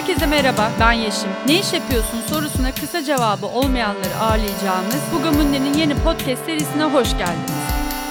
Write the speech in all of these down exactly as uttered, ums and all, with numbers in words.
Herkese merhaba, ben Yeşim. Ne iş yapıyorsun sorusuna kısa cevabı olmayanları ağırlayacağımız Bugamundi'nin yeni podcast serisine hoş geldiniz.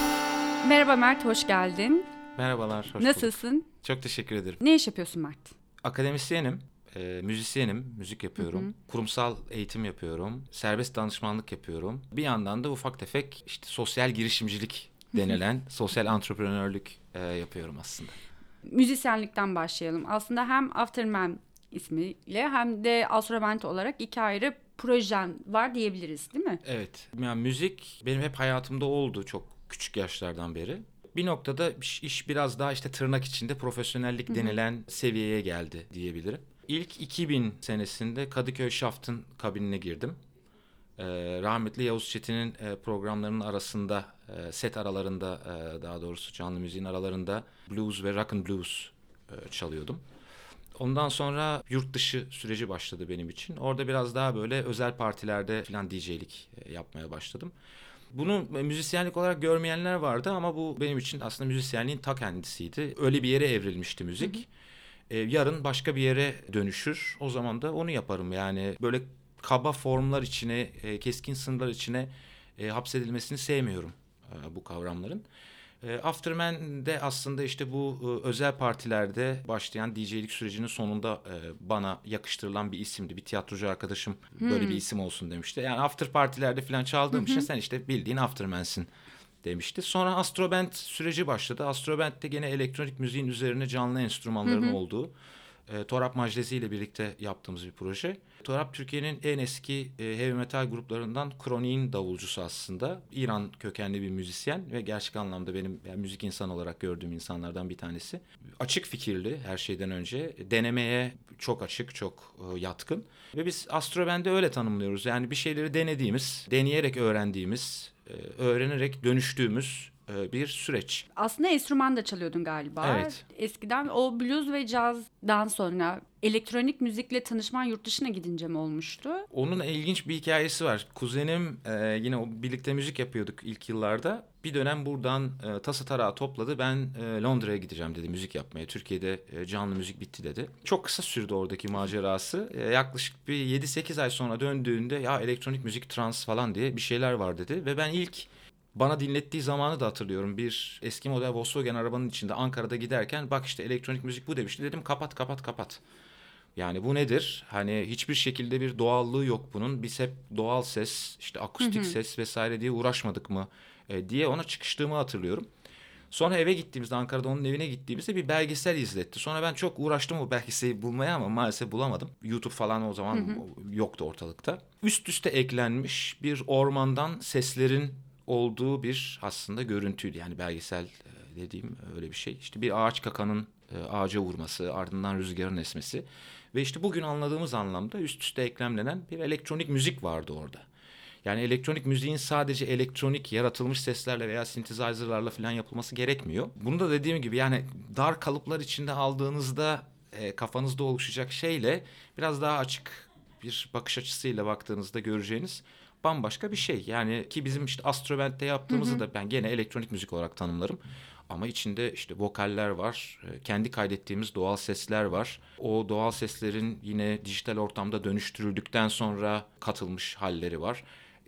Merhaba Mert, hoş geldin. Merhabalar, hoş Nasılsın? bulduk. Çok teşekkür ederim. Ne iş yapıyorsun Mert? Akademisyenim, e, müzisyenim, müzik yapıyorum. Hı hı. Kurumsal eğitim yapıyorum, serbest danışmanlık yapıyorum. Bir yandan da ufak tefek işte sosyal girişimcilik denilen sosyal antreprenörlük e, yapıyorum aslında. Müzisyenlikten başlayalım. Aslında hem Afterman ismiyle hem de Astroband olarak iki ayrı projen var diyebiliriz, değil mi? Evet, yani müzik benim hep hayatımda oldu çok küçük yaşlardan beri. Bir noktada iş, iş biraz daha işte tırnak içinde profesyonellik Hı-hı. denilen seviyeye geldi diyebilirim. İlk iki bin senesinde Kadıköy Şaft'ın kabinine girdim. Ee, rahmetli Yavuz Çetin'in e, programlarının arasında, e, set aralarında e, daha doğrusu canlı müziğin aralarında blues ve rock and blues e, çalıyordum. Ondan sonra yurt dışı süreci başladı benim için. Orada biraz daha böyle özel partilerde falan D J'lik e, yapmaya başladım. Bunu müzisyenlik olarak görmeyenler vardı ama bu benim için aslında müzisyenliğin ta kendisiydi. Öyle bir yere evrilmişti müzik. Hı hı. Ee, yarın başka bir yere dönüşür. O zaman da onu yaparım. Yani böyle kaba formlar içine, e, keskin sınırlar içine e, hapsedilmesini sevmiyorum e, bu kavramların. E, Afterman'de aslında işte bu e, özel partilerde başlayan D J'lik sürecinin sonunda e, bana yakıştırılan bir isimdi. Bir tiyatrocu arkadaşım hmm. böyle bir isim olsun demişti. Yani after partilerde falan çaldığım için sen işte bildiğin Afterman'sin demişti. Sonra Astroband süreci başladı. Astroband'de gene elektronik müziğin üzerine canlı enstrümanların hı hı. olduğu e, Torap Majlesi ile birlikte yaptığımız bir proje. Torap Türkiye'nin en eski e, heavy metal gruplarından Kronik'in davulcusu aslında. İran kökenli bir müzisyen ve gerçek anlamda benim yani müzik insanı olarak gördüğüm insanlardan bir tanesi. Açık fikirli her şeyden önce. Denemeye çok açık, çok e, yatkın. Ve biz Astroband'i öyle tanımlıyoruz. Yani bir şeyleri denediğimiz, deneyerek öğrendiğimiz, e, öğrenerek dönüştüğümüz bir süreç. Aslında enstrüman da çalıyordun galiba. Evet. Eskiden o blues ve cazdan sonra elektronik müzikle tanışman yurt dışına gidince mi olmuştu? Onun ilginç bir hikayesi var. Kuzenim e, yine o birlikte müzik yapıyorduk ilk yıllarda. Bir dönem buradan e, tası tarağı topladı. Ben e, Londra'ya gideceğim dedi müzik yapmaya. Türkiye'de e, canlı müzik bitti dedi. Çok kısa sürdü oradaki macerası. E, yaklaşık bir yedi sekiz ay sonra döndüğünde ya elektronik müzik, trans falan diye bir şeyler var dedi. Ve ben ilk bana dinlettiği zamanı da hatırlıyorum. Bir eski model Volkswagen arabanın içinde Ankara'da giderken bak işte elektronik müzik bu demişti. Dedim kapat kapat kapat. Yani bu nedir? Hani hiçbir şekilde bir doğallığı yok bunun. Biz hep doğal ses, işte akustik hı hı. ses vesaire diye uğraşmadık mı e, diye ona çıkıştığımı hatırlıyorum. Sonra eve gittiğimizde, Ankara'da onun evine gittiğimizde bir belgesel izletti. Sonra ben çok uğraştım o belgeseli bulmaya ama maalesef bulamadım. YouTube falan o zaman hı hı. yoktu ortalıkta. Üst üste eklenmiş bir ormandan seslerin olduğu bir aslında görüntüydü. Yani belgesel dediğim öyle bir şey. İşte bir ağaç kakanın ağaca vurması, ardından rüzgarın esmesi. Ve işte bugün anladığımız anlamda üst üste eklemlenen bir elektronik müzik vardı orada. Yani elektronik müziğin sadece elektronik yaratılmış seslerle veya synthesizer'larla falan yapılması gerekmiyor. Bunu da dediğim gibi yani dar kalıplar içinde aldığınızda e, kafanızda oluşacak şeyle biraz daha açık bir bakış açısıyla baktığınızda göreceğiniz bambaşka bir şey. Yani ki bizim işte Astroband'de yaptığımızı hı hı. da ben gene elektronik müzik olarak tanımlarım. Ama içinde işte vokaller var, kendi kaydettiğimiz doğal sesler var. O doğal seslerin yine dijital ortamda dönüştürüldükten sonra katılmış halleri var.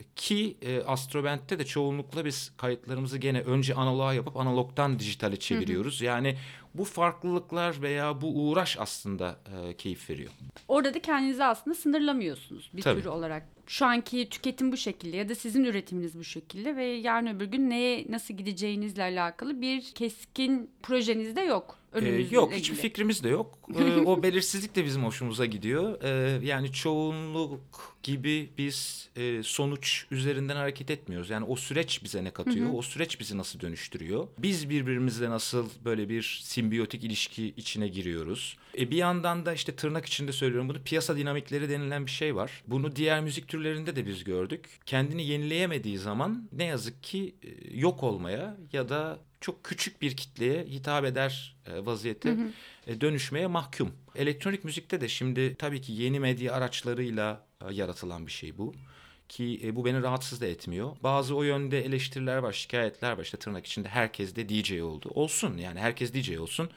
Ki e, Astroband'de de çoğunlukla biz kayıtlarımızı gene önce analoğa yapıp analogdan dijitale çeviriyoruz. Hı hı. Yani bu farklılıklar veya bu uğraş aslında e, keyif veriyor. Orada da kendinizi aslında sınırlamıyorsunuz bir Tabii. tür olarak. Şu anki tüketim bu şekilde ya da sizin üretiminiz bu şekilde ve yarın öbür gün neye nasıl gideceğinizle alakalı bir keskin projeniz de yok. Ee, yok hiçbir fikrimiz de yok. Ee, o belirsizlik de bizim hoşumuza gidiyor. Ee, yani çoğunluk gibi biz e, sonuç üzerinden hareket etmiyoruz. Yani o süreç bize ne katıyor? Hı hı. O süreç bizi nasıl dönüştürüyor? Biz birbirimizle nasıl böyle bir simbiyotik ilişki içine giriyoruz? E, bir yandan da işte tırnak içinde söylüyorum bunu, piyasa dinamikleri denilen bir şey var. Bunu diğer müzik türlerinde de biz gördük. Kendini yenileyemediği zaman ne yazık ki e, yok olmaya ya da çok küçük bir kitleye hitap eder e, vaziyete hı hı. E, dönüşmeye mahkum. Elektronik müzikte de şimdi tabii ki yeni medya araçlarıyla e, yaratılan bir şey bu. Ki e, bu beni rahatsız da etmiyor. Bazı o yönde eleştiriler var, şikayetler var. İşte tırnak içinde herkes de D J oldu. Olsun yani herkes D J olsun.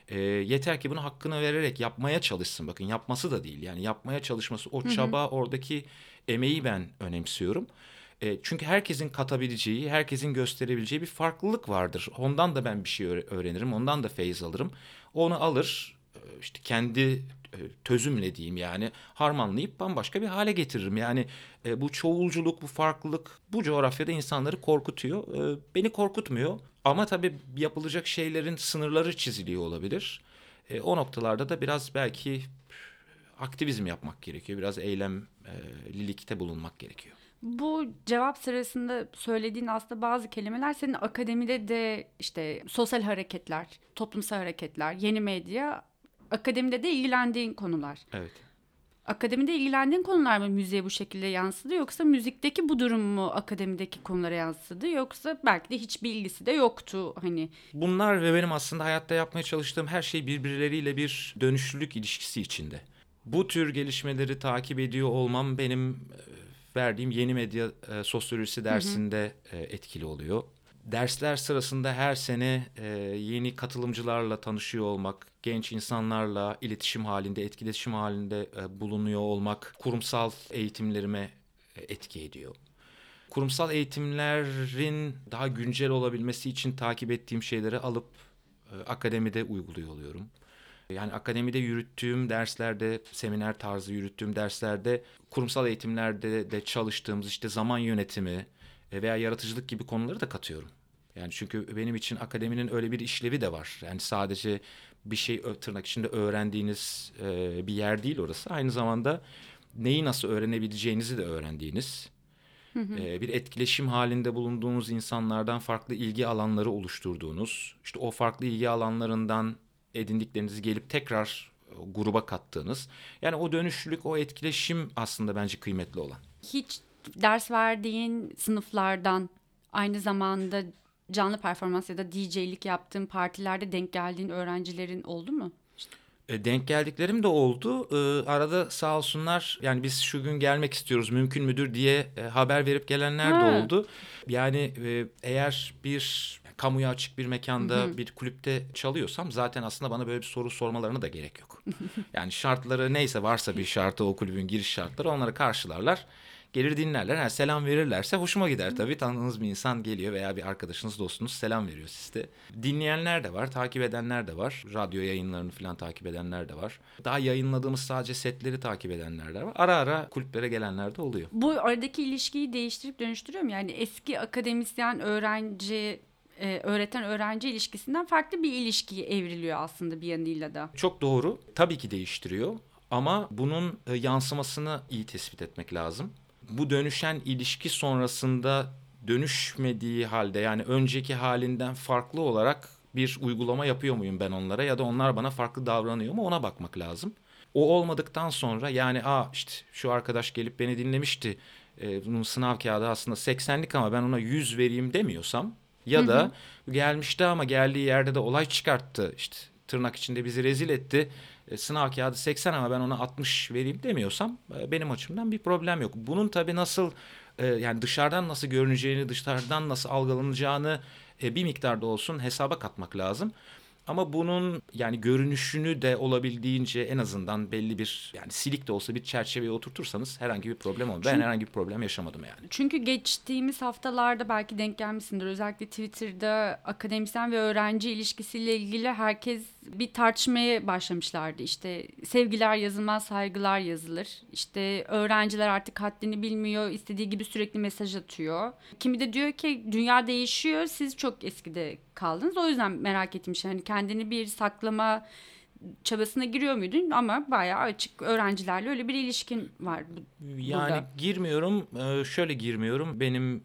E, yeter ki bunu hakkını vererek yapmaya çalışsın. Bakın yapması da değil. Yani yapmaya çalışması, o çaba, hı hı. oradaki emeği ben önemsiyorum. E, çünkü herkesin katabileceği, herkesin gösterebileceği bir farklılık vardır. Ondan da ben bir şey öğrenirim, ondan da feyiz alırım. Onu alır, işte kendi tözümle diyeyim yani harmanlayıp bambaşka bir hale getiririm. Yani e, bu çoğulculuk, bu farklılık bu coğrafyada insanları korkutuyor. E, beni korkutmuyor ama tabii yapılacak şeylerin sınırları çiziliyor olabilir. E, o noktalarda da biraz belki aktivizm yapmak gerekiyor. Biraz eylemlilikte bulunmak gerekiyor. Bu cevap sırasında söylediğin aslında bazı kelimeler senin akademide de işte sosyal hareketler, toplumsal hareketler, yeni medya, akademide de ilgilendiğin konular. Evet. Akademide ilgilendiğin konular mı müziğe bu şekilde yansıdı, yoksa müzikteki bu durum mu akademideki konulara yansıdı, yoksa belki de hiçbir ilgisi de yoktu hani? Bunlar ve benim aslında hayatta yapmaya çalıştığım her şey birbirleriyle bir dönüşlülük ilişkisi içinde. Bu tür gelişmeleri takip ediyor olmam benim verdiğim yeni medya e, sosyolojisi dersinde hı hı. E, etkili oluyor. Dersler sırasında her sene e, yeni katılımcılarla tanışıyor olmak, genç insanlarla iletişim halinde, etkileşim halinde e, bulunuyor olmak kurumsal eğitimlerime e, etki ediyor. Kurumsal eğitimlerin daha güncel olabilmesi için takip ettiğim şeyleri alıp e, akademide uyguluyor oluyorum. Yani akademide yürüttüğüm derslerde, seminer tarzı yürüttüğüm derslerde, kurumsal eğitimlerde de çalıştığımız işte zaman yönetimi veya yaratıcılık gibi konuları da katıyorum. Yani çünkü benim için akademinin öyle bir işlevi de var. Yani sadece bir şey tırnak içinde öğrendiğiniz bir yer değil orası. Aynı zamanda neyi nasıl öğrenebileceğinizi de öğrendiğiniz, hı hı. bir etkileşim halinde bulunduğunuz insanlardan farklı ilgi alanları oluşturduğunuz, işte o farklı ilgi alanlarından edindiklerinizi gelip tekrar gruba kattığınız. Yani o dönüşlülük, o etkileşim aslında bence kıymetli olan. Hiç ders verdiğin sınıflardan aynı zamanda canlı performans ya da D J'lik yaptığın partilerde denk geldiğin öğrencilerin oldu mu? E, denk geldiklerim de oldu. E, arada sağ olsunlar yani biz şu gün gelmek istiyoruz mümkün müdür diye e, haber verip gelenler ha. de oldu. Yani e, eğer bir kamuya açık bir mekanda, hı hı. bir kulüpte çalıyorsam zaten aslında bana böyle bir soru sormalarına da gerek yok. Yani şartları neyse, varsa bir şartı, o kulübün giriş şartları, onları karşılarlar. Gelir dinlerler. Yani selam verirlerse hoşuma gider tabii. Tanıdığınız bir insan geliyor veya bir arkadaşınız, dostunuz selam veriyor size. Dinleyenler de var, takip edenler de var. Radyo yayınlarını falan takip edenler de var. Daha yayınladığımız sadece setleri takip edenler de var. Ara ara kulüplere gelenler de oluyor. Bu aradaki ilişkiyi değiştirip dönüştürüyor mu? Yani eski akademisyen öğrenci, e, öğreten öğrenci ilişkisinden farklı bir ilişkiye evriliyor aslında bir yanıyla da. Çok doğru. Tabii ki değiştiriyor. Ama bunun e, yansımasını iyi tespit etmek lazım. Bu dönüşen ilişki sonrasında dönüşmediği halde, yani önceki halinden farklı olarak bir uygulama yapıyor muyum ben onlara, ya da onlar bana farklı davranıyor mu, ona bakmak lazım. O olmadıktan sonra yani aa işte şu arkadaş gelip beni dinlemişti, e, bunun sınav kağıdı aslında seksenlik ama ben ona yüz vereyim demiyorsam, ya da hı hı. gelmişti ama geldiği yerde de olay çıkarttı, işte tırnak içinde bizi rezil etti, e, sınav kağıdı seksen ama ben ona altmış vereyim demiyorsam e, benim açımdan bir problem yok. Bunun tabii nasıl e, yani dışarıdan nasıl görüneceğini, dışarıdan nasıl algılanacağını e, bir miktarda olsun hesaba katmak lazım. Ama bunun yani görünüşünü de olabildiğince en azından belli bir, yani silik de olsa bir çerçeveye oturtursanız herhangi bir problem olmuyor. Ben herhangi bir problem yaşamadım yani. Çünkü geçtiğimiz haftalarda belki denk gelmişsindir. Özellikle Twitter'da akademisyen ve öğrenci ilişkisiyle ilgili herkes bir tartışmaya başlamışlardı. İşte sevgiler yazılmaz, saygılar yazılır. İşte öğrenciler artık haddini bilmiyor, istediği gibi sürekli mesaj atıyor. Kimi de diyor ki dünya değişiyor, siz çok eskide kaldınız. O yüzden merak etmiş. Yani kendini bir saklama çabasına giriyor muydun, ama bayağı açık öğrencilerle öyle bir ilişkin var bu, yani burada. Girmiyorum, şöyle girmiyorum. Benim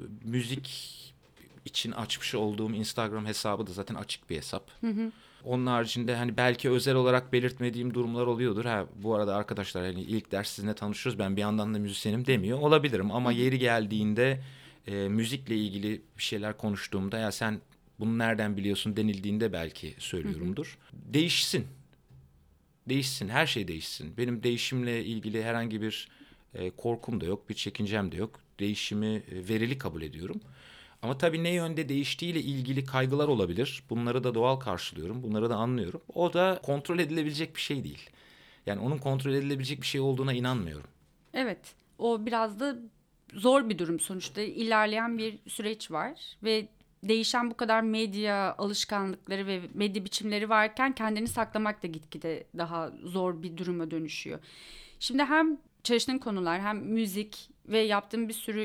müzik için açmış olduğum Instagram hesabı da zaten açık bir hesap. Hı hı. Onun haricinde hani belki özel olarak belirtmediğim durumlar oluyordur. Ha bu arada arkadaşlar hani ilk ders sizinle tanışıyoruz, ben bir yandan da müzisyenim demiyor olabilirim. Ama hı hı. yeri geldiğinde e, müzikle ilgili bir şeyler konuştuğumda ya sen bunu nereden biliyorsun denildiğinde belki söylüyorumdur. Hı hı. Değişsin. Değişsin. Her şey değişsin. Benim değişimle ilgili herhangi bir e, korkum da yok. Bir çekincem de yok. Değişimi e, verili kabul ediyorum. Ama tabii ne yönde değiştiğiyle ilgili kaygılar olabilir. Bunları da doğal karşılıyorum. Bunları da anlıyorum. O da kontrol edilebilecek bir şey değil. Yani onun kontrol edilebilecek bir şey olduğuna inanmıyorum. Evet, o biraz da zor bir durum sonuçta. İlerleyen bir süreç var ve değişen bu kadar medya alışkanlıkları ve medya biçimleri varken kendini saklamak da gitgide daha zor bir duruma dönüşüyor. Şimdi hem çalıştığın konular hem müzik ve yaptığın bir sürü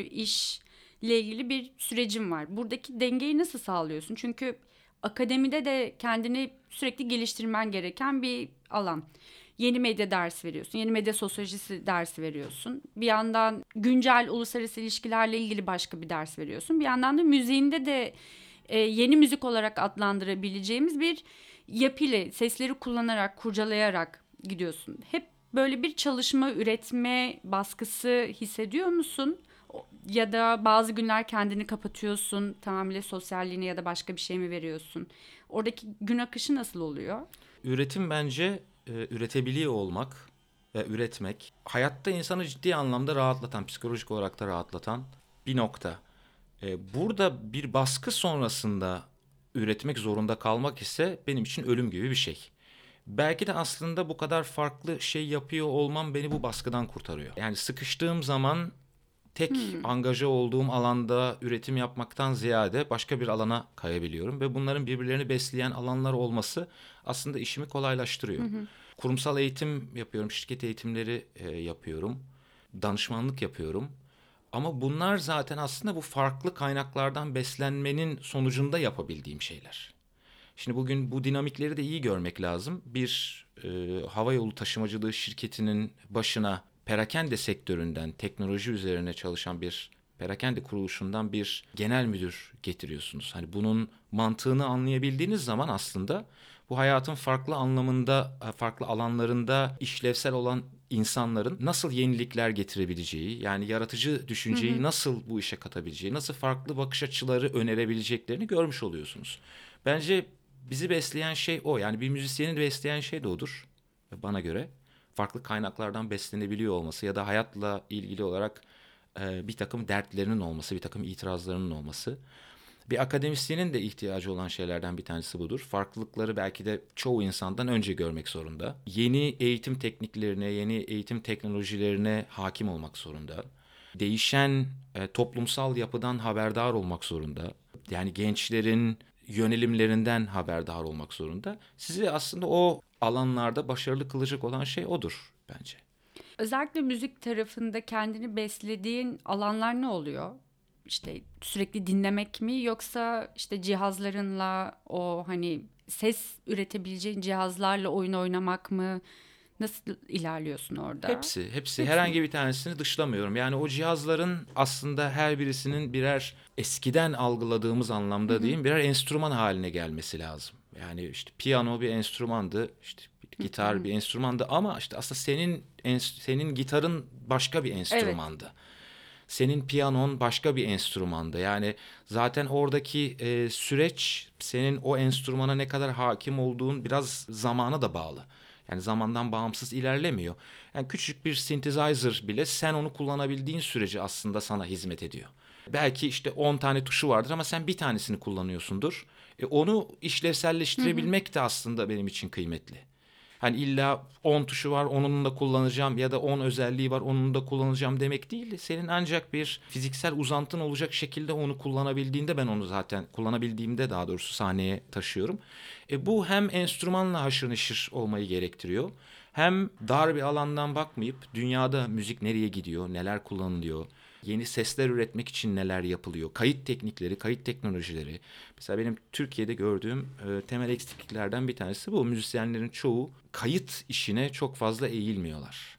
işle ilgili bir sürecin var. Buradaki dengeyi nasıl sağlıyorsun? Çünkü akademide de kendini sürekli geliştirmen gereken bir alan. Yeni medya dersi veriyorsun. Yeni medya sosyolojisi dersi veriyorsun. Bir yandan güncel uluslararası ilişkilerle ilgili başka bir ders veriyorsun. Bir yandan da müziğinde de e, yeni müzik olarak adlandırabileceğimiz bir yapıyla sesleri kullanarak, kurcalayarak gidiyorsun. Hep böyle bir çalışma, üretme baskısı hissediyor musun? O- Ya da bazı günler kendini kapatıyorsun, tamamıyla sosyalliğine ya da başka bir şey mi veriyorsun? Oradaki gün akışı nasıl oluyor? Üretim bence e, üretebiliyor olmak ve üretmek hayatta insanı ciddi anlamda rahatlatan, psikolojik olarak da rahatlatan bir nokta. E, burada bir baskı sonrasında üretmek zorunda kalmak ise benim için ölüm gibi bir şey. Belki de aslında bu kadar farklı şey yapıyor olmam beni bu baskıdan kurtarıyor. Yani sıkıştığım zaman tek Hmm. angaja olduğum alanda üretim yapmaktan ziyade başka bir alana kayabiliyorum ve bunların birbirlerini besleyen alanlar olması aslında işimi kolaylaştırıyor. Hı hı. Kurumsal eğitim yapıyorum, şirket eğitimleri e, yapıyorum, danışmanlık yapıyorum. Ama bunlar zaten aslında bu farklı kaynaklardan beslenmenin sonucunda yapabildiğim şeyler. Şimdi bugün bu dinamikleri de iyi görmek lazım. Bir e, havayolu taşımacılığı şirketinin başına perakende sektöründen teknoloji üzerine çalışan bir perakende kuruluşundan bir genel müdür getiriyorsunuz. Hani bunun mantığını anlayabildiğiniz zaman aslında bu hayatın farklı anlamında, farklı alanlarında işlevsel olan insanların nasıl yenilikler getirebileceği, yani yaratıcı Hı düşünceyi hı. nasıl bu işe katabileceği, nasıl farklı bakış açıları önerebileceklerini görmüş oluyorsunuz. Bence bizi besleyen şey o. Yani bir müzisyeni besleyen şey de odur bana göre. Farklı kaynaklardan beslenebiliyor olması ya da hayatla ilgili olarak e, bir takım dertlerinin olması, bir takım itirazlarının olması. Bir akademisyenin de ihtiyacı olan şeylerden bir tanesi budur. Farklılıkları belki de çoğu insandan önce görmek zorunda. Yeni eğitim tekniklerine, yeni eğitim teknolojilerine hakim olmak zorunda. Değişen e, toplumsal yapıdan haberdar olmak zorunda. Yani gençlerin yönelimlerinden haberdar olmak zorunda. Sizi aslında o alanlarda başarılı kılacak olan şey odur bence. Özellikle müzik tarafında kendini beslediğin alanlar ne oluyor? İşte sürekli dinlemek mi yoksa işte cihazlarınla o hani ses üretebileceğin cihazlarla oyun oynamak mı? Nasıl ilerliyorsun orada? Hepsi, hepsi. Hepsi mi? Herhangi bir tanesini dışlamıyorum. Yani o cihazların aslında her birisinin birer eskiden algıladığımız Hı anlamda hı. diyeyim birer enstrüman haline gelmesi lazım. Yani işte piyano bir enstrümandı, işte Hı gitar hı. bir enstrümandı ama işte aslında senin ens- senin gitarın başka bir Evet. enstrümandı. Senin piyanon başka bir enstrümandı. Yani zaten oradaki e, süreç senin o enstrümana ne kadar hakim olduğun biraz zamana da bağlı. Yani zamandan bağımsız ilerlemiyor. Yani küçük bir synthesizer bile sen onu kullanabildiğin sürece aslında sana hizmet ediyor. Belki işte on tane tuşu vardır ama sen bir tanesini kullanıyorsundur. E onu Hı hı. işlevselleştirebilmek de aslında benim için kıymetli. Hani illa on tuşu var onun da kullanacağım ya da on özelliği var onun da kullanacağım demek değil. Senin ancak bir fiziksel uzantın olacak şekilde onu kullanabildiğinde ben onu zaten kullanabildiğimde daha doğrusu sahneye taşıyorum. E bu hem enstrümanla haşır neşir olmayı gerektiriyor. Hem dar bir alandan bakmayıp dünyada müzik nereye gidiyor, neler kullanılıyor, yeni sesler üretmek için neler yapılıyor, kayıt teknikleri, kayıt teknolojileri. Mesela benim Türkiye'de gördüğüm e, temel eksikliklerden bir tanesi bu. Müzisyenlerin çoğu kayıt işine çok fazla eğilmiyorlar.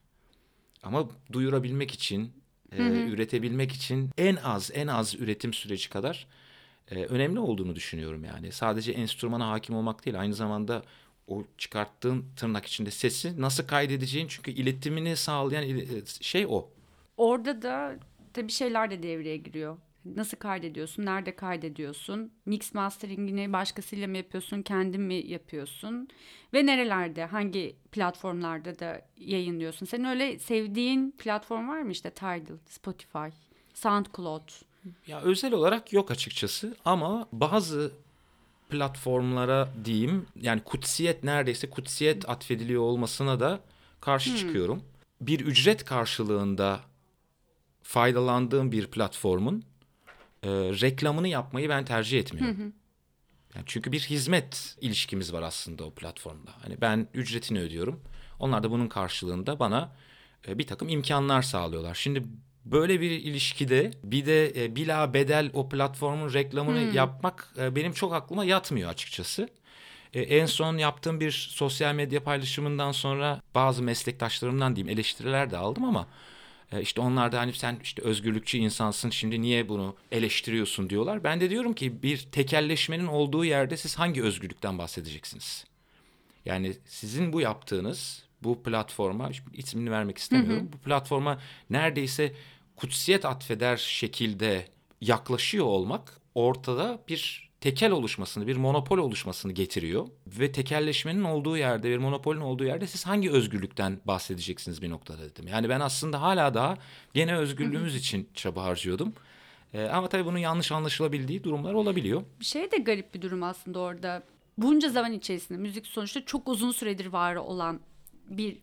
Ama duyurabilmek için, e, Hı hı. üretebilmek için en az en az üretim süreci kadar e, önemli olduğunu düşünüyorum yani. Sadece enstrümana hakim olmak değil, aynı zamanda o çıkarttığın tırnak içinde sesi nasıl kaydedeceğin çünkü iletimini sağlayan ile- şey o. Orada da tabii şeyler de devreye giriyor. Nasıl kaydediyorsun? Nerede kaydediyorsun? Mix masteringini başkasıyla mı yapıyorsun? Kendin mi yapıyorsun? Ve nerelerde, hangi platformlarda da yayınlıyorsun? Senin öyle sevdiğin platform var mı? İşte Tidal, Spotify, SoundCloud. Ya özel olarak yok açıkçası ama bazı platformlara diyeyim yani kutsiyet neredeyse kutsiyet atfediliyor olmasına da karşı Hmm. çıkıyorum. Bir ücret karşılığında faydalandığım bir platformun e, reklamını yapmayı ben tercih etmiyorum. Yani çünkü bir hizmet ilişkimiz var aslında o platformda. Hani ben ücretini ödüyorum. Onlar da bunun karşılığında bana e, bir takım imkanlar sağlıyorlar. Şimdi böyle bir ilişkide bir de e, bila bedel o platformun reklamını Hmm. yapmak e, benim çok aklıma yatmıyor açıkçası. E, en son yaptığım bir sosyal medya paylaşımından sonra bazı meslektaşlarımdan diyeyim eleştiriler de aldım ama e, işte onlar da hani sen işte özgürlükçü insansın şimdi niye bunu eleştiriyorsun diyorlar. Ben de diyorum ki bir tekelleşmenin olduğu yerde siz hangi özgürlükten bahsedeceksiniz? Yani sizin bu yaptığınız bu platforma ismini vermek istemiyorum. Bu platforma neredeyse kutsiyet atfeder şekilde yaklaşıyor olmak ortada bir tekel oluşmasını, bir monopol oluşmasını getiriyor. Ve tekelleşmenin olduğu yerde, bir monopolün olduğu yerde siz hangi özgürlükten bahsedeceksiniz bir noktada dedim. Yani ben aslında hala daha gene özgürlüğümüz için çaba harcıyordum. Ee, ama tabii bunun yanlış anlaşılabildiği durumlar olabiliyor. Bir şey de garip bir durum aslında orada. Bunca zaman içerisinde müzik sonuçta çok uzun süredir var olan bir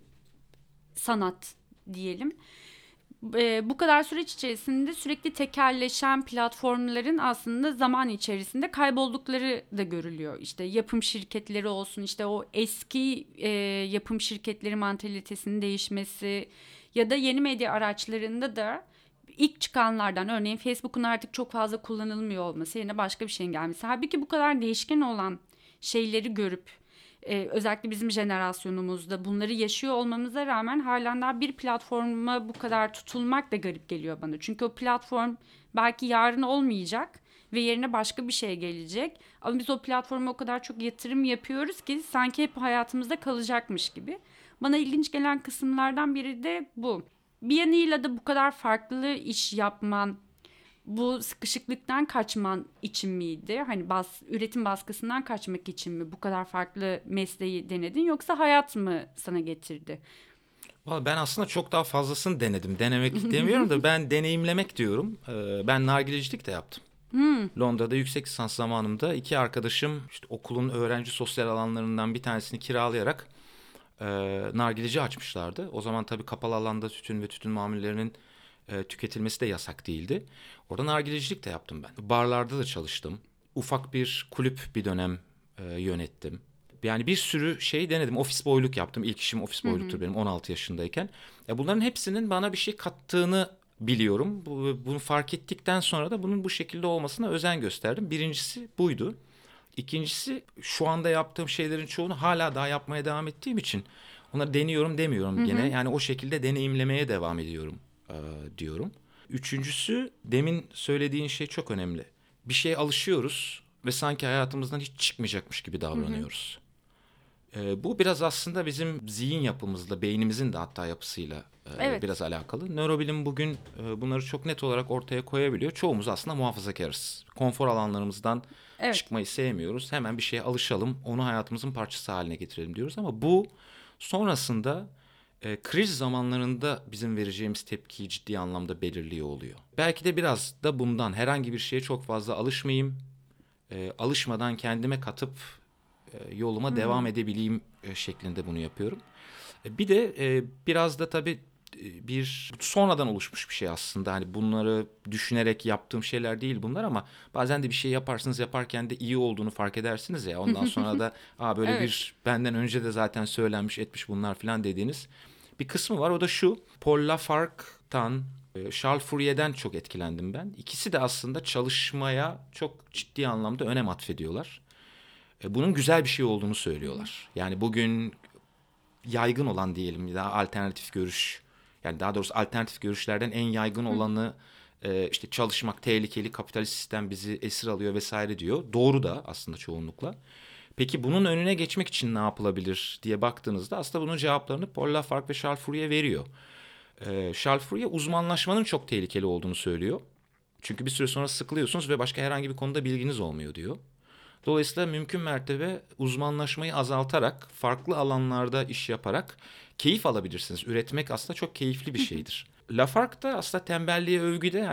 sanat diyelim. E, bu kadar süreç içerisinde sürekli tekelleşen platformların aslında zaman içerisinde kayboldukları da görülüyor. İşte yapım şirketleri olsun, işte o eski e, yapım şirketleri mantalitesinin değişmesi ya da yeni medya araçlarında da ilk çıkanlardan örneğin Facebook'un artık çok fazla kullanılmıyor olması yerine başka bir şeyin gelmesi. Halbuki bu kadar değişken olan şeyleri görüp Ee, özellikle bizim jenerasyonumuzda bunları yaşıyor olmamıza rağmen halen daha bir platforma bu kadar tutulmak da garip geliyor bana. Çünkü o platform belki yarın olmayacak ve yerine başka bir şey gelecek. Ama biz o platforma o kadar çok yatırım yapıyoruz ki sanki hep hayatımızda kalacakmış gibi. Bana ilginç gelen kısımlardan biri de bu. Bir yanıyla da bu kadar farklı iş yapman, bu sıkışıklıktan kaçman için miydi? Hani bas, üretim baskısından kaçmak için mi bu kadar farklı mesleği denedin yoksa hayat mı sana getirdi? Vallahi ben aslında çok daha fazlasını denedim. Denemek demiyorum da ben deneyimlemek diyorum. Ee, ben nargilecilik de yaptım. Hmm. Londra'da yüksek lisans zamanımda iki arkadaşım işte okulun öğrenci sosyal alanlarından bir tanesini kiralayarak e, nargileci açmışlardı. O zaman tabii kapalı alanda tütün ve tütün mamullerinin e, tüketilmesi de yasak değildi. Orada nargilecilik de yaptım ben. Barlarda da çalıştım. Ufak bir kulüp bir dönem e, yönettim. Yani bir sürü şey denedim. Ofis boyluk yaptım. İlk işim ofis boyluktur benim on altı yaşındayken. Ya bunların hepsinin bana bir şey kattığını biliyorum. Bu, bunu fark ettikten sonra da bunun bu şekilde olmasına özen gösterdim. Birincisi buydu. İkincisi şu anda yaptığım şeylerin çoğunu hala daha yapmaya devam ettiğim için onları deniyorum demiyorum Hı hı. gene. Yani o şekilde deneyimlemeye devam ediyorum e, diyorum. Üçüncüsü demin söylediğin şey çok önemli. Bir şeye alışıyoruz ve sanki hayatımızdan hiç çıkmayacakmış gibi davranıyoruz. E, bu biraz aslında bizim zihin yapımızla, beynimizin de hatta yapısıyla e, Evet. biraz alakalı. Nörobilim bugün e, bunları çok net olarak ortaya koyabiliyor. Çoğumuz aslında muhafazakarız. Konfor alanlarımızdan Evet. çıkmayı sevmiyoruz. Hemen bir şeye alışalım, onu hayatımızın parçası haline getirelim diyoruz. Ama bu sonrasında e, kriz zamanlarında bizim vereceğimiz tepkiyi ciddi anlamda belirliyor oluyor. Belki de biraz da bundan herhangi bir şeye çok fazla alışmayayım. E, alışmadan kendime katıp e, yoluma devam edebileyim e, şeklinde bunu yapıyorum. E, bir de e, biraz da tabii e, bir sonradan oluşmuş bir şey aslında. Hani bunları düşünerek yaptığım şeyler değil bunlar ama bazen de bir şey yaparsınız yaparken de iyi olduğunu fark edersiniz ya. Ondan sonra da Aa, böyle Evet. bir benden önce de zaten söylenmiş etmiş bunlar falan dediğiniz bir kısmı var. O da şu: Paul Lafargue'tan, e, Charles Fourier'den çok etkilendim ben. İkisi de aslında çalışmaya çok ciddi anlamda önem atfediyorlar. E, bunun güzel bir şey olduğunu söylüyorlar. Yani bugün yaygın olan diyelim daha alternatif görüş, yani daha doğrusu alternatif görüşlerden en yaygın olanı e, işte çalışmak tehlikeli, kapitalist sistem bizi esir alıyor vesaire diyor. Doğru da aslında çoğunlukla. Peki bunun önüne geçmek için ne yapılabilir diye baktığınızda aslında bunun cevaplarını Paul Lafargue ve Charles Fourier veriyor. E, Charles Fourier uzmanlaşmanın çok tehlikeli olduğunu söylüyor. Çünkü bir süre sonra sıkılıyorsunuz ve başka herhangi bir konuda bilginiz olmuyor diyor. Dolayısıyla mümkün mertebe uzmanlaşmayı azaltarak, farklı alanlarda iş yaparak keyif alabilirsiniz. Üretmek aslında çok keyifli bir şeydir. Lafargue da aslında tembelliğe övgüde hani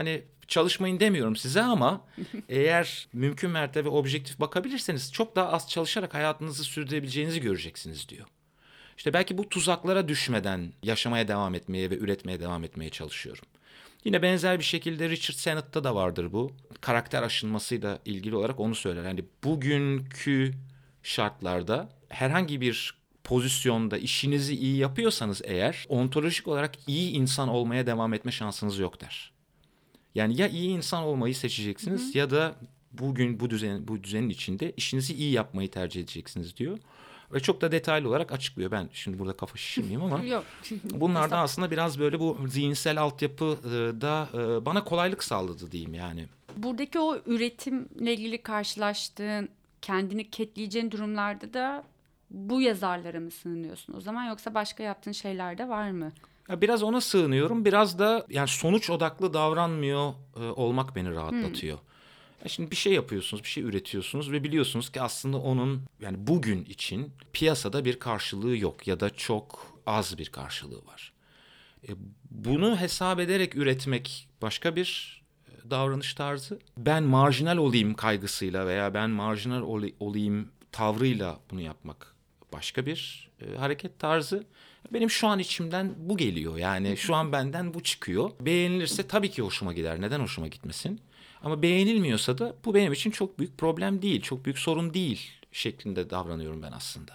çalışmayın demiyorum size ama eğer mümkün mertebe objektif bakabilirseniz çok daha az çalışarak hayatınızı sürdürebileceğinizi göreceksiniz diyor. İşte belki bu tuzaklara düşmeden yaşamaya devam etmeye ve üretmeye devam etmeye çalışıyorum. Yine benzer bir şekilde Richard Sennett'ta da vardır bu. Karakter aşınmasıyla ilgili olarak onu söyler. Yani bugünkü şartlarda herhangi bir pozisyonda işinizi iyi yapıyorsanız eğer ontolojik olarak iyi insan olmaya devam etme şansınız yok der. Yani ya iyi insan olmayı seçeceksiniz, hı hı, ya da bugün bu düzen bu düzenin içinde işinizi iyi yapmayı tercih edeceksiniz diyor. Ve çok da detaylı olarak açıklıyor. Ben şimdi burada kafa şişirmeyeyim ama Yok. bunlardan aslında biraz böyle bu zihinsel altyapı da bana kolaylık sağladı diyeyim yani. Buradaki o üretimle ilgili karşılaştığın, kendini ketleyeceğin durumlarda da bu yazarlara mı sığınıyorsun o zaman, yoksa başka yaptığın şeyler de var mı? Ya biraz ona sığınıyorum. Biraz da yani sonuç odaklı davranmıyor e, olmak beni rahatlatıyor. Hmm. Ya şimdi bir şey yapıyorsunuz, bir şey üretiyorsunuz ve biliyorsunuz ki aslında onun yani bugün için piyasada bir karşılığı yok ya da çok az bir karşılığı var. E, bunu hesap ederek üretmek başka bir davranış tarzı. Ben marjinal olayım kaygısıyla veya ben marjinal ol- olayım tavrıyla bunu yapmak başka bir e, hareket tarzı. Benim şu an içimden bu geliyor. Yani şu an benden bu çıkıyor. Beğenilirse tabii ki hoşuma gider. Neden hoşuma gitmesin? Ama beğenilmiyorsa da bu benim için çok büyük problem değil, çok büyük sorun değil şeklinde davranıyorum ben aslında.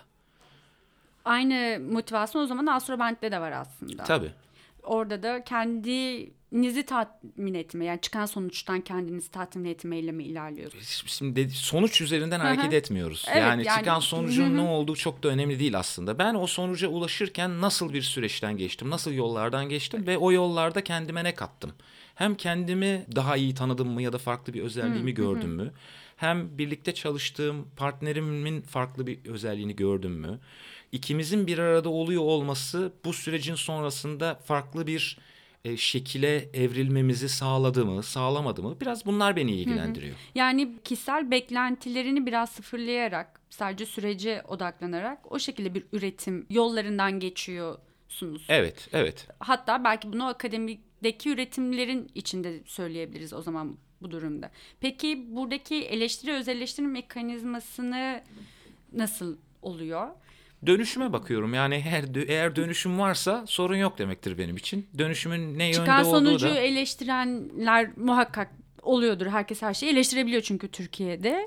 Aynı motivasyon o zaman Astroband'de de var aslında. Tabii. Orada da kendinizi tatmin etme, yani çıkan sonuçtan kendinizi tatmin etmeyle mi ilerliyoruz? Şimdi sonuç üzerinden Hı-hı. hareket etmiyoruz. Evet, yani, yani çıkan sonucun Hı-hı. ne olduğu çok da önemli değil aslında. Ben o sonuca ulaşırken nasıl bir süreçten geçtim, nasıl yollardan geçtim ve o yollarda kendime ne kattım? Hem kendimi daha iyi tanıdım mı ya da farklı bir özelliğimi Hı-hı. gördüm mü? Hem birlikte çalıştığım partnerimin farklı bir özelliğini gördüm mü? İkimizin bir arada oluyor olması bu sürecin sonrasında farklı bir e, şekile evrilmemizi sağladı mı, sağlamadı mı? Biraz bunlar beni ilgilendiriyor. Hı hı. Yani kişisel beklentilerini biraz sıfırlayarak, sadece sürece odaklanarak o şekilde bir üretim yollarından geçiyorsunuz. Evet, evet. Hatta belki bunu akademideki üretimlerin içinde söyleyebiliriz o zaman bu durumda. Peki buradaki eleştiri, öz eleştiri mekanizmasını nasıl oluyor? Dönüşüme bakıyorum. Yani eğer, eğer dönüşüm varsa sorun yok demektir benim için. Dönüşümün ne Çıkan yönde olduğu da... sonucu eleştirenler muhakkak oluyordur. Herkes her şeyi eleştirebiliyor çünkü Türkiye'de.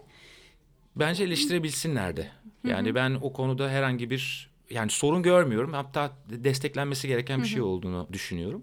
Bence eleştirebilsinler de. Yani ben o konuda herhangi bir yani sorun görmüyorum. Hatta desteklenmesi gereken bir şey olduğunu düşünüyorum.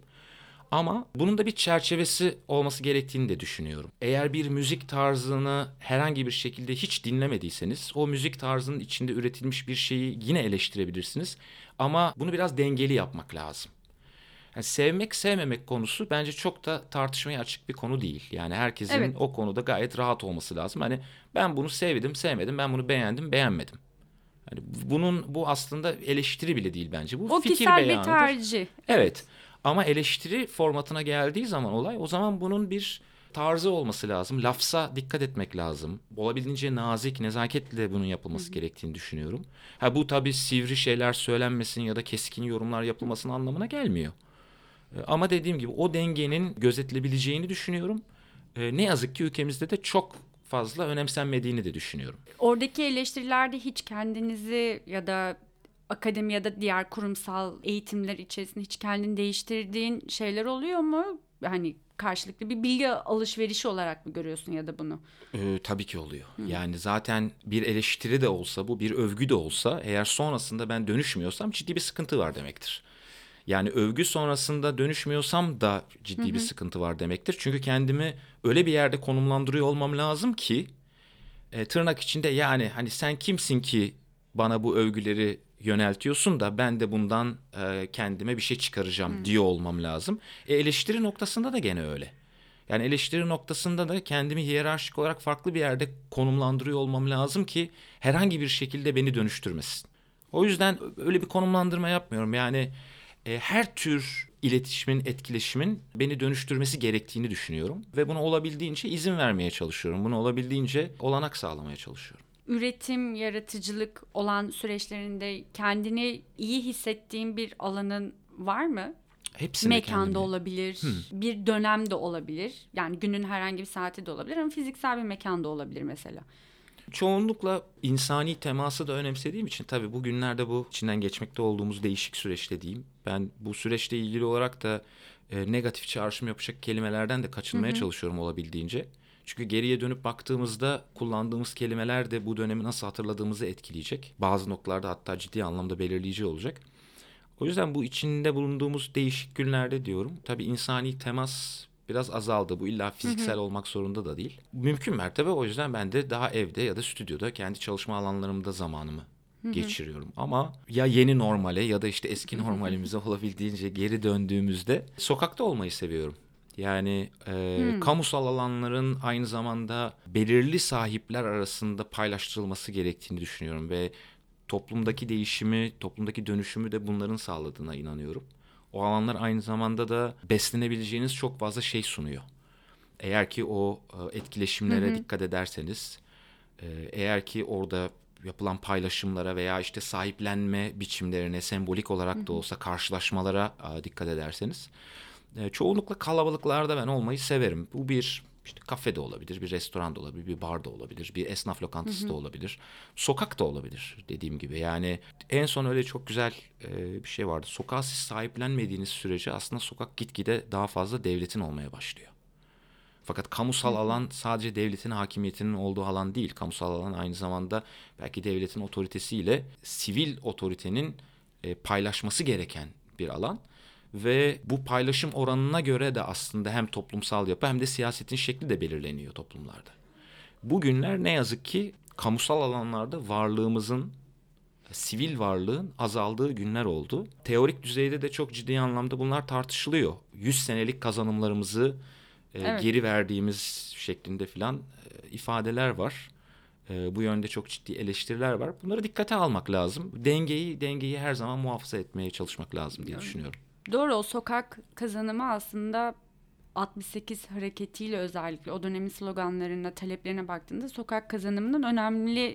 Ama bunun da bir çerçevesi olması gerektiğini de düşünüyorum. Eğer bir müzik tarzını herhangi bir şekilde hiç dinlemediyseniz o müzik tarzının içinde üretilmiş bir şeyi yine eleştirebilirsiniz. Ama bunu biraz dengeli yapmak lazım. Yani sevmek sevmemek konusu bence çok da tartışmaya açık bir konu değil. Yani herkesin evet. o konuda gayet rahat olması lazım. Hani ben bunu sevdim, sevmedim, ben bunu beğendim, beğenmedim. Yani bunun bu aslında eleştiri bile değil bence. Bu o fikir beyanıdır. O kişisel bir tercih. Evet. evet. Ama eleştiri formatına geldiği zaman olay, o zaman bunun bir tarzı olması lazım. Lafza dikkat etmek lazım. Olabildiğince nazik, nezaketle bunun yapılması Hı-hı. gerektiğini düşünüyorum. Ha bu tabii sivri şeyler söylenmesin ya da keskin yorumlar yapılmasın anlamına gelmiyor. Ama dediğim gibi o dengenin gözetilebileceğini düşünüyorum. Ee, ne yazık ki ülkemizde de çok fazla önemsenmediğini de düşünüyorum. Oradaki eleştirilerde hiç kendinizi ya da akademi ya da diğer kurumsal eğitimler içerisinde hiç kendini değiştirdiğin şeyler oluyor mu? Hani karşılıklı bir bilgi alışverişi olarak mı görüyorsun ya da bunu? Ee, tabii ki oluyor. Hı. Yani zaten bir eleştiri de olsa bu, bir övgü de olsa eğer sonrasında ben dönüşmüyorsam ciddi bir sıkıntı var demektir. Yani övgü sonrasında dönüşmüyorsam da ciddi hı hı. bir sıkıntı var demektir. Çünkü kendimi öyle bir yerde konumlandırıyor olmam lazım ki e, tırnak içinde yani hani sen kimsin ki bana bu övgüleri yöneltiyorsun da ben de bundan e, kendime bir şey çıkaracağım hı. diyor olmam lazım. E, eleştiri noktasında da gene öyle. Yani eleştiri noktasında da kendimi hiyerarşik olarak farklı bir yerde konumlandırıyor olmam lazım ki herhangi bir şekilde beni dönüştürmesin. O yüzden öyle bir konumlandırma yapmıyorum. Yani e, her tür iletişimin, etkileşimin beni dönüştürmesi gerektiğini düşünüyorum. Ve buna olabildiğince izin vermeye çalışıyorum. Buna olabildiğince olanak sağlamaya çalışıyorum. Üretim, yaratıcılık olan süreçlerinde kendini iyi hissettiğin bir alanın var mı? Hepsinde Mekanda kendimi... olabilir, Hmm. bir dönemde olabilir. Yani günün herhangi bir saati de olabilir ama fiziksel bir mekanda olabilir mesela. Çoğunlukla insani teması da önemsediğim için tabii bugünlerde bu içinden geçmekte olduğumuz değişik süreçte diyeyim. Ben bu süreçle ilgili olarak da e, negatif çağrışım yapacak kelimelerden de kaçınmaya Hı hı. çalışıyorum olabildiğince. Çünkü geriye dönüp baktığımızda kullandığımız kelimeler de bu dönemi nasıl hatırladığımızı etkileyecek. Bazı noktalarda hatta ciddi anlamda belirleyici olacak. O yüzden bu içinde bulunduğumuz değişik günlerde diyorum. Tabii insani temas biraz azaldı. Bu illa Hı fiziksel hı. olmak zorunda da değil. Mümkün mertebe o yüzden ben de daha evde ya da stüdyoda kendi çalışma alanlarımda zamanımı Hı hı. geçiriyorum. Ama ya yeni normale ya da işte eski normalimize olabildiğince geri döndüğümüzde sokakta olmayı seviyorum. Yani e, Hı. kamusal alanların aynı zamanda belirli sahipler arasında paylaştırılması gerektiğini düşünüyorum ve toplumdaki değişimi, toplumdaki dönüşümü de bunların sağladığına inanıyorum. O alanlar aynı zamanda da beslenebileceğiniz çok fazla şey sunuyor. Eğer ki o e, Hı etkileşimlere hı. dikkat ederseniz, e, eğer ki orada yapılan paylaşımlara veya işte sahiplenme biçimlerine sembolik Hı olarak da hı. olsa karşılaşmalara e, dikkat ederseniz, e, çoğunlukla kalabalıklarda ben olmayı severim. Bu bir işte kafede olabilir, bir restoranda olabilir, bir barda olabilir, bir esnaf Hı lokantası da hı. olabilir. Sokak da olabilir dediğim gibi. Yani en son öyle çok güzel e, bir şey vardı. Sokağı siz sahiplenmediğiniz sürece aslında sokak gitgide daha fazla devletin olmaya başlıyor. Fakat Hı kamusal hı. alan sadece devletin hakimiyetinin olduğu alan değil. Kamusal alan aynı zamanda belki devletin otoritesiyle sivil otoritenin e, paylaşması gereken bir alan. Ve bu paylaşım oranına göre de aslında hem toplumsal yapı hem de siyasetin şekli de belirleniyor toplumlarda. Bugünler ne yazık ki kamusal alanlarda varlığımızın, sivil varlığın azaldığı günler oldu. Teorik düzeyde de çok ciddi anlamda bunlar tartışılıyor. yüz senelik kazanımlarımızı e, Evet. geri verdiğimiz şeklinde filan e, ifadeler var. E, bu yönde çok ciddi eleştiriler var. Bunları dikkate almak lazım. Dengeyi dengeyi her zaman muhafaza etmeye çalışmak lazım diye düşünüyorum. Doğru, o sokak kazanımı aslında altmış sekiz hareketiyle özellikle o dönemin sloganlarına, taleplerine baktığında sokak kazanımının önemli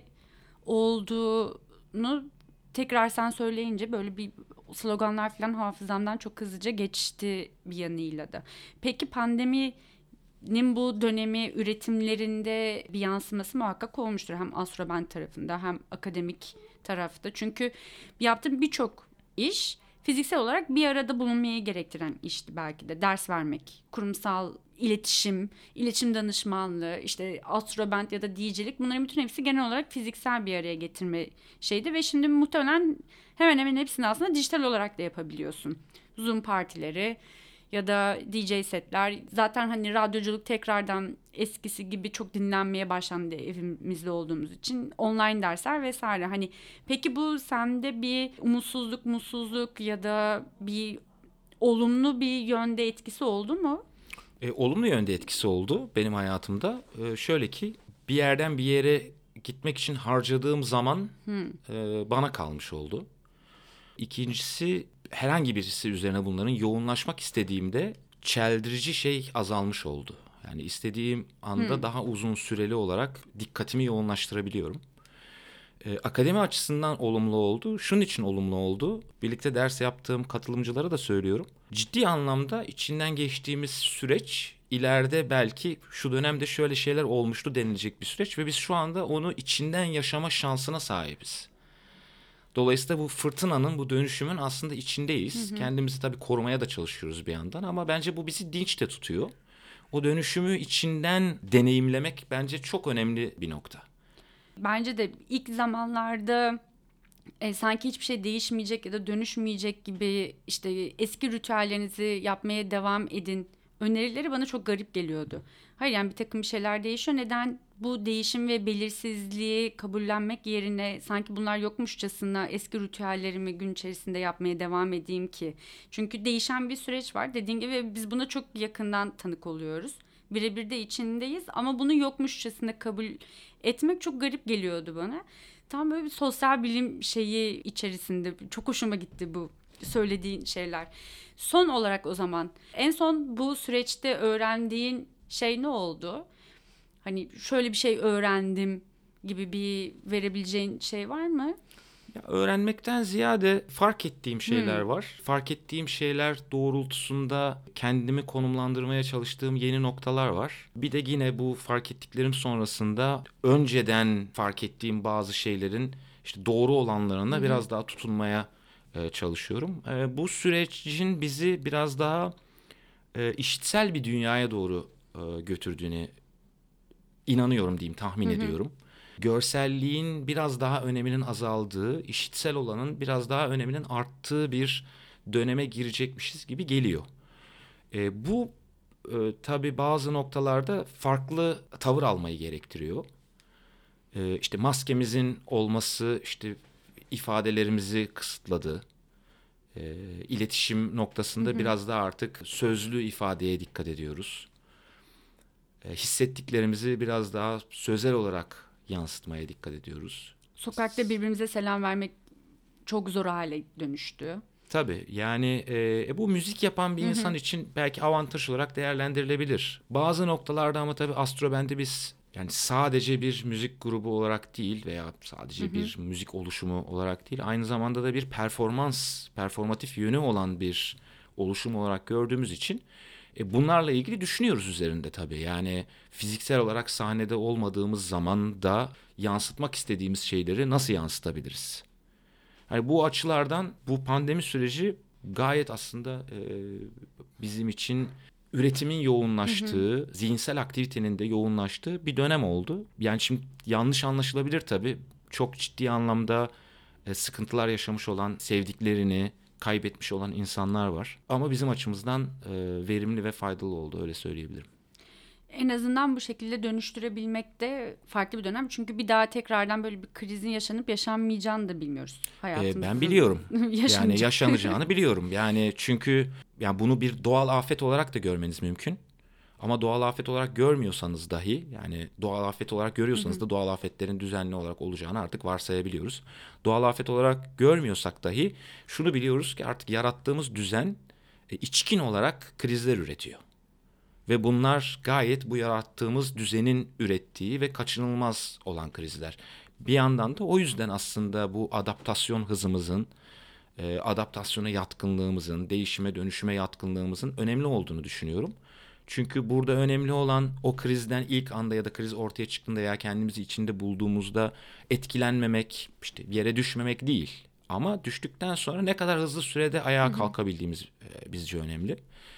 olduğunu tekrar sen söyleyince böyle bir sloganlar falan hafızamdan çok hızlıca geçti bir yanıyla da. Peki pandeminin bu dönemi üretimlerinde bir yansıması muhakkak olmuştur. Hem Astroband tarafında hem akademik tarafta. Çünkü yaptığım birçok iş fiziksel olarak bir arada bulunmayı gerektiren işti belki de. Ders vermek, kurumsal iletişim, iletişim danışmanlığı, işte astroband ya da D J'lik, bunların bütün hepsi genel olarak fiziksel bir araya getirme şeydi ve şimdi muhtemelen hemen hemen hepsini aslında dijital olarak da yapabiliyorsun. Zoom partileri ya da D J setler, zaten hani radyoculuk tekrardan eskisi gibi çok dinlenmeye başlandı evimizde olduğumuz için, online dersler vesaire. Hani peki bu sende bir umutsuzluk, mutsuzluk ya da bir olumlu bir yönde etkisi oldu mu? E, olumlu yönde etkisi oldu benim hayatımda. E, şöyle ki bir yerden bir yere gitmek için harcadığım zaman Hmm. e, bana kalmış oldu. İkincisi herhangi birisi üzerine bunların yoğunlaşmak istediğimde çeldirici şey azalmış oldu. Yani istediğim anda Hmm. daha uzun süreli olarak dikkatimi yoğunlaştırabiliyorum. Ee, akademi açısından olumlu oldu. Şunun için olumlu oldu. Birlikte ders yaptığım katılımcılara da söylüyorum. Ciddi anlamda içinden geçtiğimiz süreç ileride belki şu dönemde şöyle şeyler olmuştu denilecek bir süreç ve biz şu anda onu içinden yaşama şansına sahibiz. Dolayısıyla bu fırtınanın, bu dönüşümün aslında Hı içindeyiz. hı. Kendimizi tabii korumaya da çalışıyoruz bir yandan ama bence bu bizi dinç de tutuyor. O dönüşümü içinden deneyimlemek bence çok önemli bir nokta. Bence de ilk zamanlarda e, sanki hiçbir şey değişmeyecek ya da dönüşmeyecek gibi, işte eski ritüellerinizi yapmaya devam edin önerileri bana çok garip geliyordu. Hayır, yani bir takım şeyler değişiyor. Neden bu değişim ve belirsizliği kabullenmek yerine sanki bunlar yokmuşçasına eski ritüellerimi gün içerisinde yapmaya devam edeyim ki? Çünkü değişen bir süreç var. Dediğin gibi biz buna çok yakından tanık oluyoruz. Birebir de içindeyiz ama bunu yokmuşçasına kabul etmek çok garip geliyordu bana. Tam böyle bir sosyal bilim şeyi içerisinde. Çok hoşuma gitti bu söylediğin şeyler. Son olarak o zaman en son bu süreçte öğrendiğin şey ne oldu? Hani şöyle bir şey öğrendim gibi bir verebileceğin şey var mı? Ya, öğrenmekten ziyade fark ettiğim şeyler hmm. var. Fark ettiğim şeyler doğrultusunda kendimi konumlandırmaya çalıştığım yeni noktalar var. Bir de yine bu fark ettiklerim sonrasında önceden fark ettiğim bazı şeylerin işte doğru olanlarına hmm. biraz daha tutunmaya e, çalışıyorum. E, bu sürecin bizi biraz daha e, işitsel bir dünyaya doğru e, götürdüğüne inanıyorum diyeyim, tahmin hmm. ediyorum. Görselliğin biraz daha öneminin azaldığı, işitsel olanın biraz daha öneminin arttığı bir döneme girecekmişiz gibi geliyor. E, bu e, tabii bazı noktalarda farklı tavır almayı gerektiriyor. E, işte maskemizin olması işte ifadelerimizi kısıtladı. E, iletişim noktasında hı hı. biraz daha artık sözlü ifadeye dikkat ediyoruz. E, hissettiklerimizi biraz daha sözel olarak yansıtmaya dikkat ediyoruz. Sokakta birbirimize selam vermek çok zor hale dönüştü. Tabii yani e, bu müzik yapan bir Hı-hı. insan için belki avantaj olarak değerlendirilebilir. Bazı noktalarda ama tabii Astro Band'i biz yani sadece bir müzik grubu olarak değil veya sadece Hı-hı. bir müzik oluşumu olarak değil, aynı zamanda da bir performans, performatif yönü olan bir oluşum olarak gördüğümüz için E bunlarla ilgili düşünüyoruz üzerinde tabii. Yani fiziksel olarak sahnede olmadığımız zaman da yansıtmak istediğimiz şeyleri nasıl yansıtabiliriz? Yani bu açılardan bu pandemi süreci gayet aslında e, bizim için üretimin yoğunlaştığı, hı hı. zihinsel aktivitenin de yoğunlaştığı bir dönem oldu. Yani şimdi yanlış anlaşılabilir tabii. Çok ciddi anlamda e, sıkıntılar yaşamış olan sevdiklerini kaybetmiş olan insanlar var. Ama bizim açımızdan e, verimli ve faydalı oldu, öyle söyleyebilirim. En azından bu şekilde dönüştürebilmek de farklı bir dönem. Çünkü bir daha tekrardan böyle bir krizin yaşanıp yaşanmayacağını da bilmiyoruz. Hayatımızın e, ben biliyorum. yani yaşanacağını biliyorum. Yani çünkü yani bunu bir doğal afet olarak da görmeniz mümkün. Ama doğal afet olarak görmüyorsanız dahi, yani doğal afet olarak görüyorsanız hı hı. da doğal afetlerin düzenli olarak olacağını artık varsayabiliyoruz. Doğal afet olarak görmüyorsak dahi şunu biliyoruz ki artık yarattığımız düzen e, içkin olarak krizler üretiyor. Ve bunlar gayet bu yarattığımız düzenin ürettiği ve kaçınılmaz olan krizler. Bir yandan da o yüzden aslında bu adaptasyon hızımızın, e, adaptasyona yatkınlığımızın, değişime dönüşüme yatkınlığımızın önemli olduğunu düşünüyorum. Çünkü burada önemli olan o krizden ilk anda ya da kriz ortaya çıktığında ya kendimizi içinde bulduğumuzda etkilenmemek, işte yere düşmemek değil. Ama düştükten sonra ne kadar hızlı sürede ayağa hı hı. kalkabildiğimiz e, bizce önemli.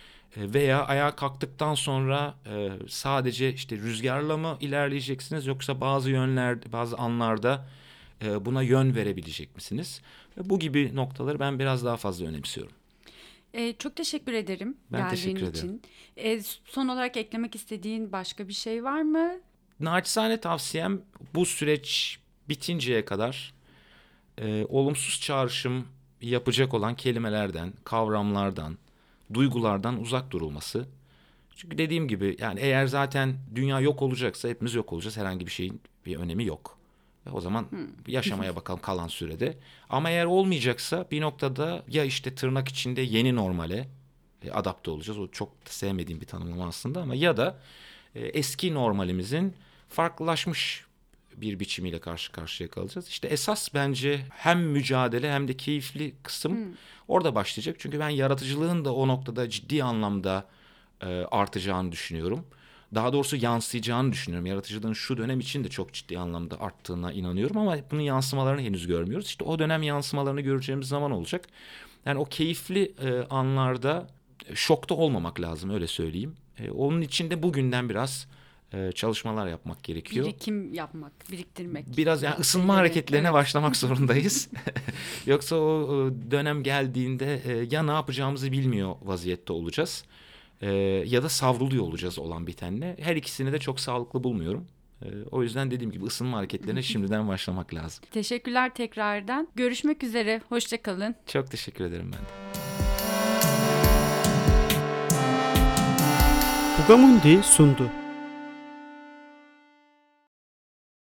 E, veya ayağa kalktıktan sonra e, sadece işte rüzgarla mı ilerleyeceksiniz yoksa bazı yönlerde, bazı anlarda e, buna yön verebilecek misiniz? E, bu gibi noktaları ben biraz daha fazla önemsiyorum. Ee, çok teşekkür ederim ben geldiğin teşekkür için. ederim. Ee, son olarak eklemek istediğin başka bir şey var mı? Naçizane tavsiyem bu süreç bitinceye kadar e, olumsuz çağrışım yapacak olan kelimelerden, kavramlardan, duygulardan uzak durulması. Çünkü dediğim gibi yani eğer zaten dünya yok olacaksa hepimiz yok olacağız. Herhangi bir şeyin bir önemi yok. O zaman hmm. yaşamaya bakalım kalan sürede. Ama eğer olmayacaksa bir noktada ya işte tırnak içinde yeni normale e, adapte olacağız. O çok sevmediğim bir tanımlama aslında ama ya da e, eski normalimizin farklılaşmış bir biçimiyle karşı karşıya kalacağız. İşte esas bence hem mücadele hem de keyifli kısım hmm. orada başlayacak. Çünkü ben yaratıcılığın da o noktada ciddi anlamda e, artacağını düşünüyorum. Daha doğrusu yansıyacağını düşünüyorum. Yaratıcılığın şu dönem için de çok ciddi anlamda arttığına inanıyorum ama bunun yansımalarını henüz görmüyoruz. İşte o dönem yansımalarını göreceğimiz zaman olacak. Yani o keyifli e, anlarda e, şokta olmamak lazım, öyle söyleyeyim. E, onun için de bugünden biraz e, çalışmalar yapmak gerekiyor. Birikim yapmak, biriktirmek. Biraz yani ısınma hareketlerine evet. başlamak zorundayız. Yoksa o, o dönem geldiğinde e, ya ne yapacağımızı bilmiyor vaziyette olacağız. Ee, ya da savruluyor olacağız olan bitenle. Her ikisini de çok sağlıklı bulmuyorum. Ee, o yüzden dediğim gibi ısınma hareketlerine şimdiden başlamak lazım. Teşekkürler tekrardan. Görüşmek üzere. Hoşça kalın. Çok teşekkür ederim ben de. Bugamundi sundu.